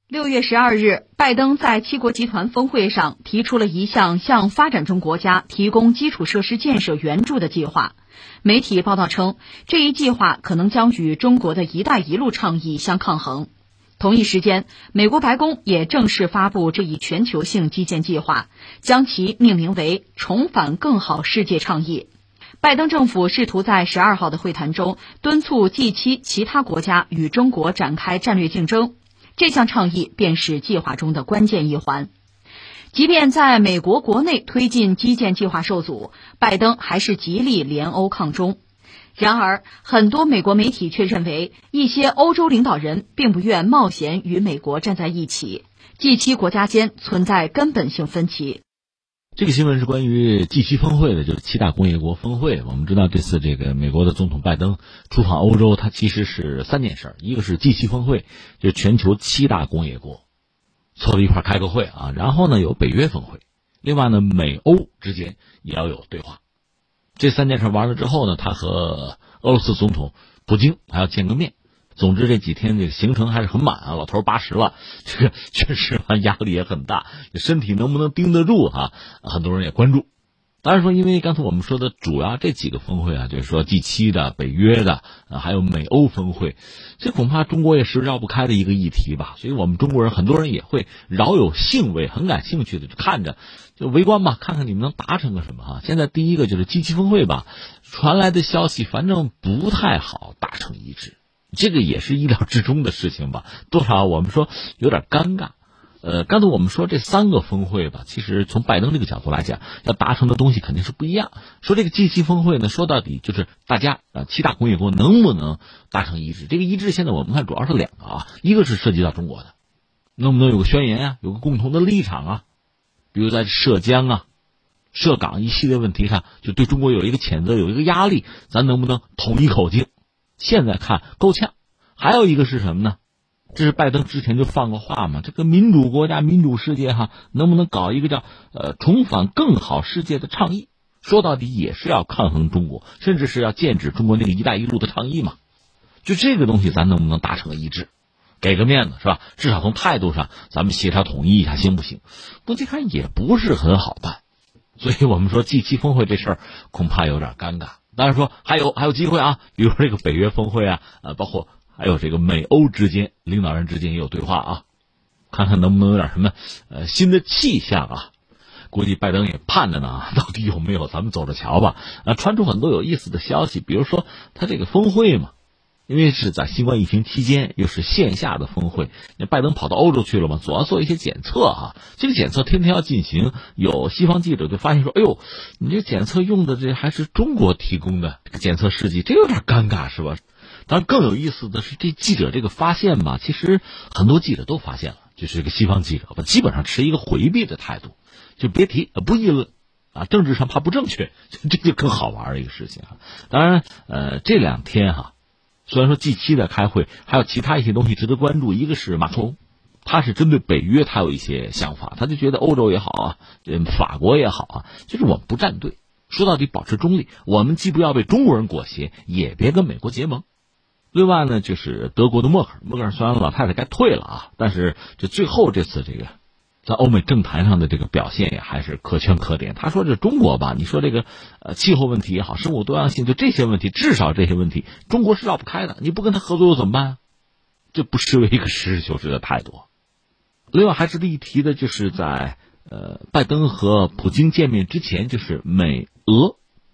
6月12日，拜登在七国集团峰会上提出了一项向发展中国家提供基础设施建设援助的计划。媒体报道称，这一计划可能将与中国的一带一路倡议相抗衡。同一时间，美国白宫也正式发布这一全球性基建计划，将其命名为重返更好世界倡议。拜登政府试图在12号的会谈中敦促 G7 其他国家与中国展开战略竞争。这项倡议便是计划中的关键一环。即便在美国国内推进基建计划受阻，拜登还是极力联欧抗中。然而，很多美国媒体却认为，一些欧洲领导人并不愿冒险与美国站在一起， G7 国家间存在根本性分歧。 这个新闻是关于 G7 峰会的，就是七大工业国峰会。我们知道这次这个美国的总统拜登出访欧洲，他其实是3件事，一个是 G7 峰会，就是全球7大工业国凑到一块开个会啊，然后呢有北约峰会，另外呢美欧之间也要有对话。这3件事完了之后呢，他和俄罗斯总统普京还要见个面。总之这几天这个行程还是很满啊，老头80了，这个确实压力也很大，身体能不能盯得住啊？很多人也关注。当然说，因为刚才我们说的主要这几个峰会啊，就是说 G7 的、北约的，还有美欧峰会，这恐怕中国也是绕不开的一个议题吧。所以我们中国人很多人也会饶有兴味，很感兴趣的看着，就围观吧，看看你们能达成个什么哈。现在第一个就是 G7 峰会吧，传来的消息反正不太好达成一致。这个也是意料之中的事情吧，多少我们说有点尴尬。刚才我们说这3个峰会吧，其实从拜登这个角度来讲，要达成的东西肯定是不一样。说这个 G7 峰会呢，说到底就是大家7大工业国能不能达成一致。这个一致现在我们看主要是2个啊，一个是涉及到中国的，能不能有个宣言啊，有个共同的立场啊，比如在涉疆啊、涉港一系列问题上，就对中国有一个谴责，有一个压力，咱能不能统一口径？现在看够呛。还有一个是什么呢？这是拜登之前就放过话嘛，这个民主国家、民主世界哈，能不能搞一个叫重返更好世界的倡议？说到底也是要抗衡中国，甚至是要剑指中国那个一带一路的倡议嘛。就这个东西咱能不能达成一致？给个面子是吧？至少从态度上咱们协调统一一下行不行？目前看也不是很好办。所以我们说 G7 峰会这事儿恐怕有点尴尬。当然说还有机会啊，比如说这个北约峰会啊，包括还有这个美欧之间领导人之间也有对话啊，看看能不能有点什么新的气象啊。估计拜登也盼着呢，到底有没有咱们走着瞧吧。传出很多有意思的消息，比如说他这个峰会嘛，因为是在新冠疫情期间，又是线下的峰会，那拜登跑到欧洲去了嘛，总要做一些检测啊。这个检测天天要进行，有西方记者就发现说，哎呦，你这检测用的这还是中国提供的这个检测试剂，这有点尴尬是吧？当然更有意思的是，这记者这个发现吧，其实很多记者都发现了，就是这个西方记者吧，基本上持一个回避的态度，就别提，不议论啊，政治上怕不正确，这就更好玩的一个事情啊。当然，这2天哈。虽然说 G7 的开会还有其他一些东西值得关注，一个是马克龙，他是针对北约他有一些想法，他就觉得欧洲也好啊，法国也好啊，就是我们不站队，说到底保持中立，我们既不要被中国人裹挟，也别跟美国结盟。另外呢，就是德国的默克尔虽然老太太该退了啊，但是这最后这次这个在欧美政坛上的这个表现也还是可圈可点。他说这中国吧，你说这个气候问题也好，生物多样性，就这些问题，至少这些问题中国是绕不开的，你不跟他合作又怎么办啊？这不失为一个实事求是的态度。另外还值得一提的就是在拜登和普京见面之前，就是美俄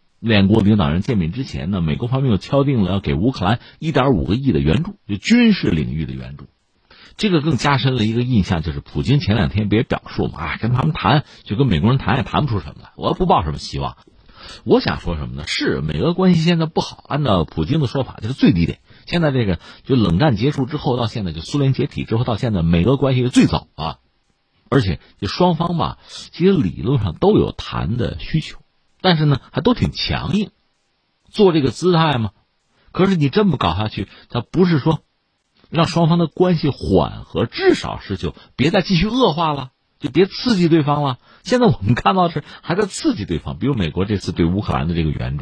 2国领导人见面之前呢，美国方面又敲定了要给乌克兰 1.5 个亿的援助，就军事领域的援助。这个更加深了一个印象，就是普京前2天别表述嘛，跟他们谈就跟美国人谈也谈不出什么来，我不抱什么希望。我想说什么呢？是美俄关系现在不好，按照普京的说法就是最低点。现在这个就冷战结束之后到现在，就苏联解体之后到现在，美俄关系是最糟啊。而且这双方吧，其实理论上都有谈的需求，但是呢还都挺强硬，做这个姿态嘛。可是你这么搞下去，它不是说让双方的关系缓和，至少是就别再继续恶化了，就别刺激对方了。现在我们看到的是还在刺激对方，比如美国这次对乌克兰的这个援助，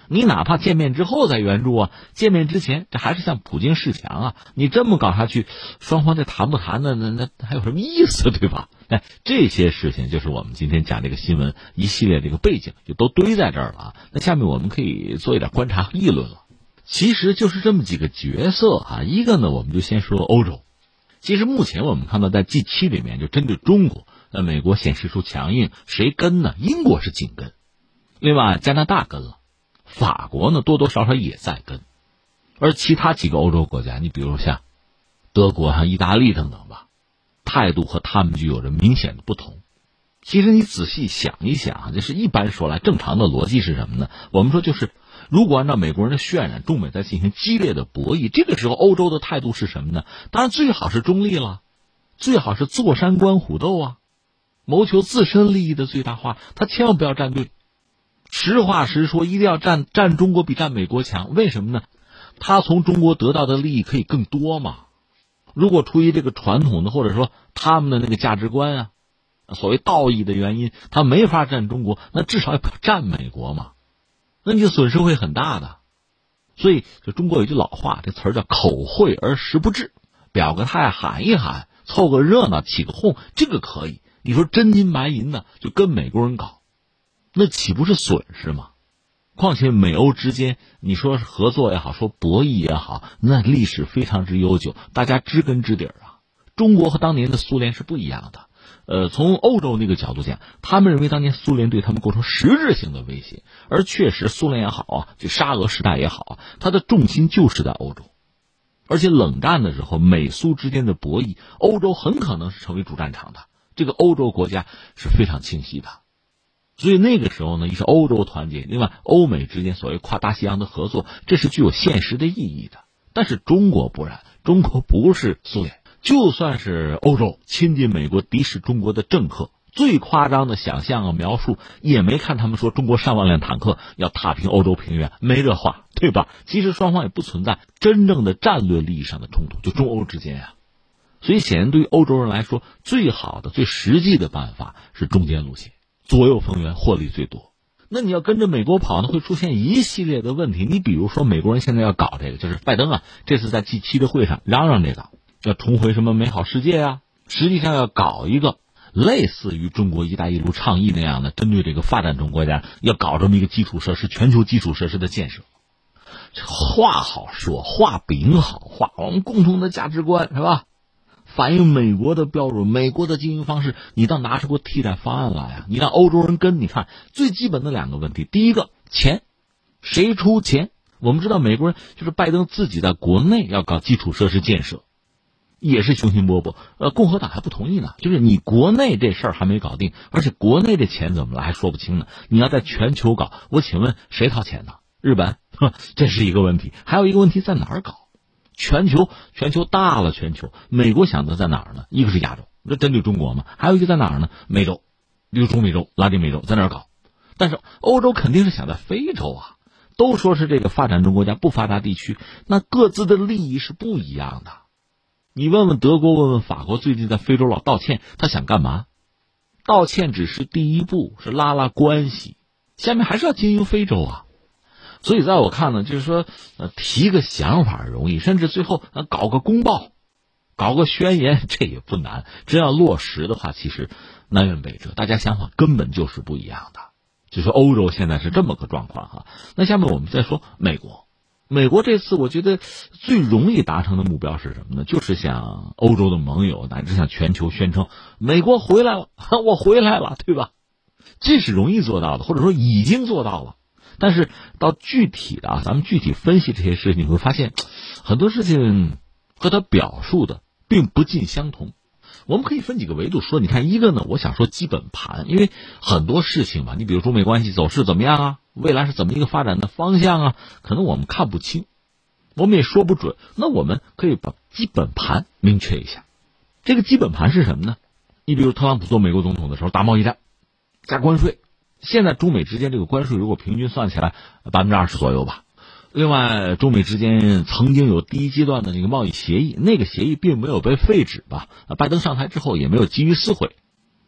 你哪怕见面之后再援助啊，见面之前这还是向普京示强啊！你这么搞下去，双方这谈不谈的，那还有什么意思，对吧？哎，这些事情就是我们今天讲这个新闻一系列这个背景，就都堆在这儿了啊。那下面我们可以做一点观察和议论了。其实就是这么几个角色啊，一个呢，我们就先说欧洲。其实目前我们看到在 G7 里面，就针对中国，美国显示出强硬，谁跟呢？英国是紧跟，另外加拿大跟了。法国呢，多多少少也在跟，而其他几个欧洲国家，你比如像德国和意大利等等吧，态度和他们就有着明显的不同。其实你仔细想一想，就是一般说来，正常的逻辑是什么呢？我们说就是，如果按照美国人的渲染，中美在进行激烈的博弈，这个时候欧洲的态度是什么呢？当然最好是中立了，最好是坐山观虎斗啊，谋求自身利益的最大化，他千万不要站队。实话实说，一定要站中国比站美国强。为什么呢？他从中国得到的利益可以更多嘛。如果出于这个传统的或者说他们的那个价值观啊，所谓道义的原因，他没法站中国，那至少也不要站美国嘛。那你的损失会很大的。所以这中国有句老话，这词儿叫口惠而实不至，表个态喊一喊，凑个热闹起个哄，这个可以。你说真金白银的就跟美国人搞，那岂不是损失吗？况且美欧之间，你说合作也好，说博弈也好，那历史非常之悠久，大家知根知底儿啊。中国和当年的苏联是不一样的。从欧洲那个角度讲，他们认为当年苏联对他们构成实质性的威胁，而确实苏联也好啊，就沙俄时代也好啊，它的重心就是在欧洲。而且冷战的时候，美苏之间的博弈，欧洲很可能是成为主战场的，这个欧洲国家是非常清晰的。所以那个时候呢，一是欧洲团结，另外欧美之间所谓跨大西洋的合作，这是具有现实的意义的。但是中国不然，中国不是苏联，就算是欧洲亲近美国敌视中国的政客，最夸张的想象啊描述，也没看他们说中国上万辆坦克要踏平欧洲平原，没这话，对吧？其实双方也不存在真正的战略利益上的冲突，就中欧之间啊。所以显然对于欧洲人来说，最好的最实际的办法是中间路线，左右逢源，获利最多。那你要跟着美国跑呢，会出现一系列的问题。你比如说美国人现在要搞这个，就是拜登啊，这次在 G7 的会上嚷嚷这个要重回什么美好世界啊，实际上要搞一个类似于中国一带一路倡议那样的，针对这个发展中国家要搞这么一个基础设施，全球基础设施的建设。这话好说，画饼好画，我们共同的价值观是吧，反映美国的标准，美国的经营方式，你倒拿出个替代方案来啊！你让欧洲人跟，你看最基本的两个问题，第一个钱，谁出钱？我们知道美国人就是拜登自己在国内要搞基础设施建设，也是雄心勃勃。共和党还不同意呢，就是你国内这事儿还没搞定，而且国内这钱怎么了还说不清呢。你要在全球搞，我请问谁掏钱呢？日本？这是一个问题。还有一个问题在哪儿搞？全球大了，美国想的在哪儿呢？一个是亚洲，这针对中国嘛，还有一个在哪儿呢？美洲，比如中美洲、拉丁美洲，在哪儿搞？但是欧洲肯定是想在非洲啊。都说是这个发展中国家、不发达地区，那各自的利益是不一样的。你问问德国，问问法国，最近在非洲老道歉，他想干嘛？道歉只是第一步，是拉拉关系，下面还是要经营非洲啊。所以在我看呢，就是说，提个想法容易，甚至最后搞个公报，搞个宣言，这也不难。真要落实的话，其实南辕北辙，大家想法根本就是不一样的。就说欧洲现在是这么个状况哈。那下面我们再说美国。美国这次我觉得最容易达成的目标是什么呢？就是向欧洲的盟友乃至向全球宣称，美国回来了，我回来了，对吧？这是容易做到的，或者说已经做到了。但是到具体的咱们具体分析这些事情，你会发现很多事情和他表述的并不尽相同。我们可以分几个维度说，你看一个呢，我想说基本盘，因为很多事情嘛，你比如中美关系走势怎么样啊，未来是怎么一个发展的方向啊，可能我们看不清，我们也说不准。那我们可以把基本盘明确一下。这个基本盘是什么呢？你比如特朗普做美国总统的时候，打贸易战，加关税。现在中美之间这个关税如果平均算起来20%左右吧。另外中美之间曾经有第一阶段的那个贸易协议，那个协议并没有被废止吧，拜登上台之后也没有急于撕毁。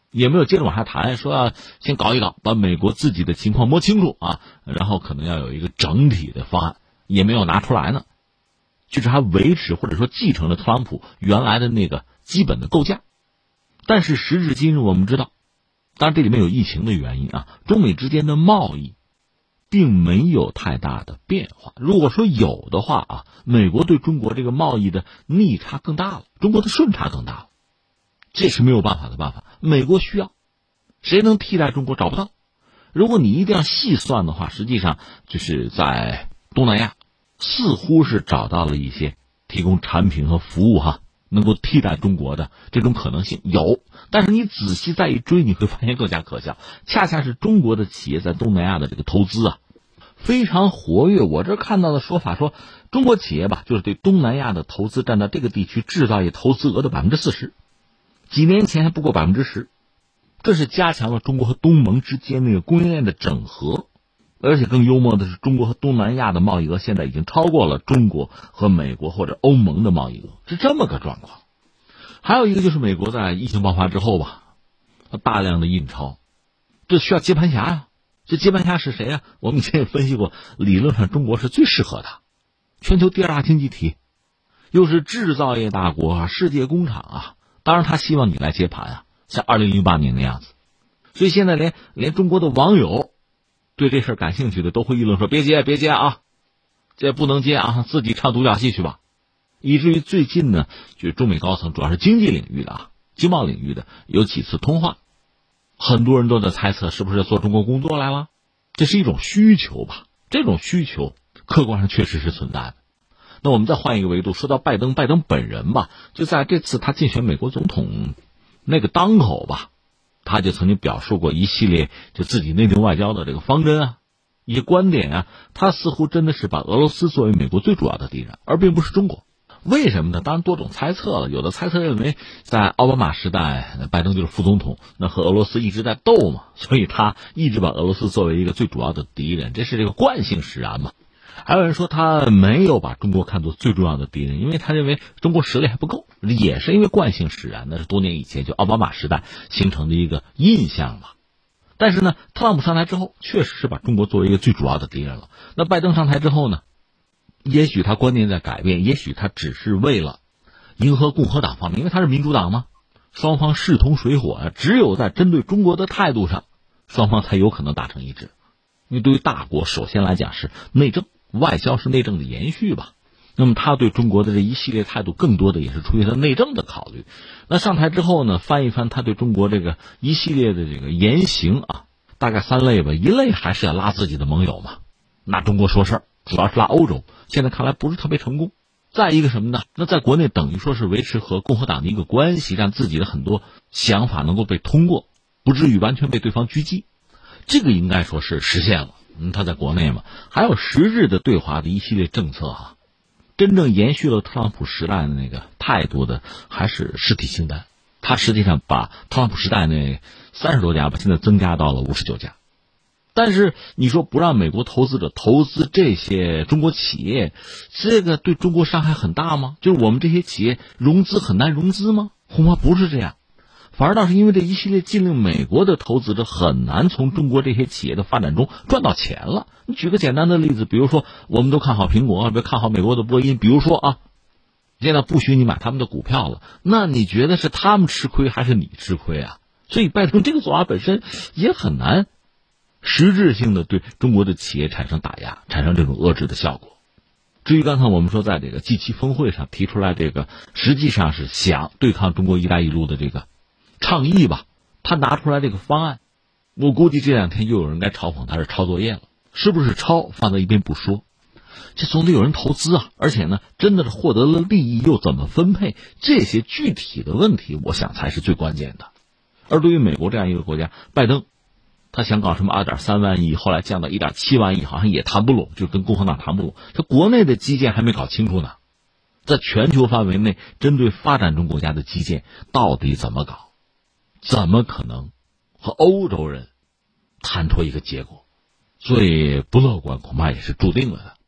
也没有接着往下谈，说要先搞一搞，把美国自己的情况摸清楚啊，然后可能要有一个整体的方案，也没有拿出来呢，就是还维持或者说继承了特朗普原来的那个基本的构架。但是时至今日，我们知道，当然这里面有疫情的原因啊，中美之间的贸易并没有太大的变化。如果说有的话啊，美国对中国这个贸易的逆差更大了，中国的顺差更大了，这是没有办法的办法。美国需要，谁能替代中国？找不到。如果你一定要细算的话，实际上就是在东南亚似乎是找到了一些提供产品和服务能够替代中国的这种可能性有，但是你仔细再一追，你会发现更加可笑。恰恰是中国的企业在东南亚的这个投资非常活跃。我这看到的说法说，中国企业就是对东南亚的投资占到这个地区制造业投资额的40%，几年前还不过10%。这是加强了中国和东盟之间那个供应链的整合。而且更幽默的是，中国和东南亚的贸易额现在已经超过了中国和美国或者欧盟的贸易额，是这么个状况。还有一个就是美国在疫情爆发之后大量的印钞，这需要接盘侠呀。这接盘侠是谁呀？我们以前也分析过，理论上中国是最适合的，全球第2大经济体，又是制造业大国世界工厂当然他希望你来接盘像2008年的样子。所以现在连中国的网友对这事感兴趣的都会议论说，别接这不能接自己唱独角戏去吧。以至于最近呢，就是中美高层主要是经济领域的经贸领域的有几次通话，很多人都在猜测是不是做中国工作来了。这是一种需求吧，这种需求客观上确实是存在的。那我们再换一个维度，说到拜登本人就在这次他竞选美国总统那个当口他就曾经表述过一系列就自己内政外交的这个方针一些观点他似乎真的是把俄罗斯作为美国最主要的敌人，而并不是中国。为什么呢？当然多种猜测了。有的猜测认为，在奥巴马时代，拜登就是副总统，那和俄罗斯一直在斗嘛，所以他一直把俄罗斯作为一个最主要的敌人，这是这个惯性使然嘛。还有人说他没有把中国看作最重要的敌人，因为他认为中国实力还不够，也是因为惯性使然，那是多年以前就奥巴马时代形成的一个印象吧。但是呢，特朗普上台之后，确实是把中国作为一个最主要的敌人了。那拜登上台之后呢，也许他观念在改变，也许他只是为了迎合共和党方面，因为他是民主党嘛，双方势同水火只有在针对中国的态度上，双方才有可能达成一致。因为对于大国，首先来讲是内政，外交是内政的延续吧。那么他对中国的这一系列态度，更多的也是出于他内政的考虑。那上台之后呢，翻一翻他对中国这个一系列的这个言行大概3类吧。一类还是要拉自己的盟友嘛，拿中国说事儿，主要是拉欧洲，现在看来不是特别成功。再一个什么呢？那在国内等于说是维持和共和党的一个关系，让自己的很多想法能够被通过，不至于完全被对方狙击。这个应该说是实现了。他在国内嘛，还有实质的对华的一系列政策真正延续了特朗普时代的那个态度的，还是实体清单。他实际上把特朗普时代那30多家吧，现在增加到了59家。但是你说不让美国投资者投资这些中国企业，这个对中国伤害很大吗？就是我们这些企业融资很难融资吗？恐怕不是这样。反而倒是因为这一系列禁令，美国的投资者很难从中国这些企业的发展中赚到钱了。你举个简单的例子，比如说我们都看好苹果，看好美国的波音，比如说现在不许你买他们的股票了，那你觉得是他们吃亏还是你吃亏所以拜登这个做法本身也很难实质性的对中国的企业产生打压，产生这种遏制的效果。至于刚才我们说在这个 G7 峰会上提出来这个，实际上是想对抗中国一带一路的这个倡议吧，他拿出来这个方案，我估计这2天又有人该嘲讽他是抄作业了。是不是抄放在一边不说，这总得有人投资而且呢，真的是获得了利益又怎么分配，这些具体的问题我想才是最关键的。而对于美国这样一个国家，拜登他想搞什么2.3万亿，后来降到1.7万亿，好像也谈不拢，就跟共和党谈不拢。他国内的基建还没搞清楚呢，在全球范围内针对发展中国家的基建到底怎么搞，怎么可能和欧洲人谈出一个结果？所以不乐观恐怕也是注定了的。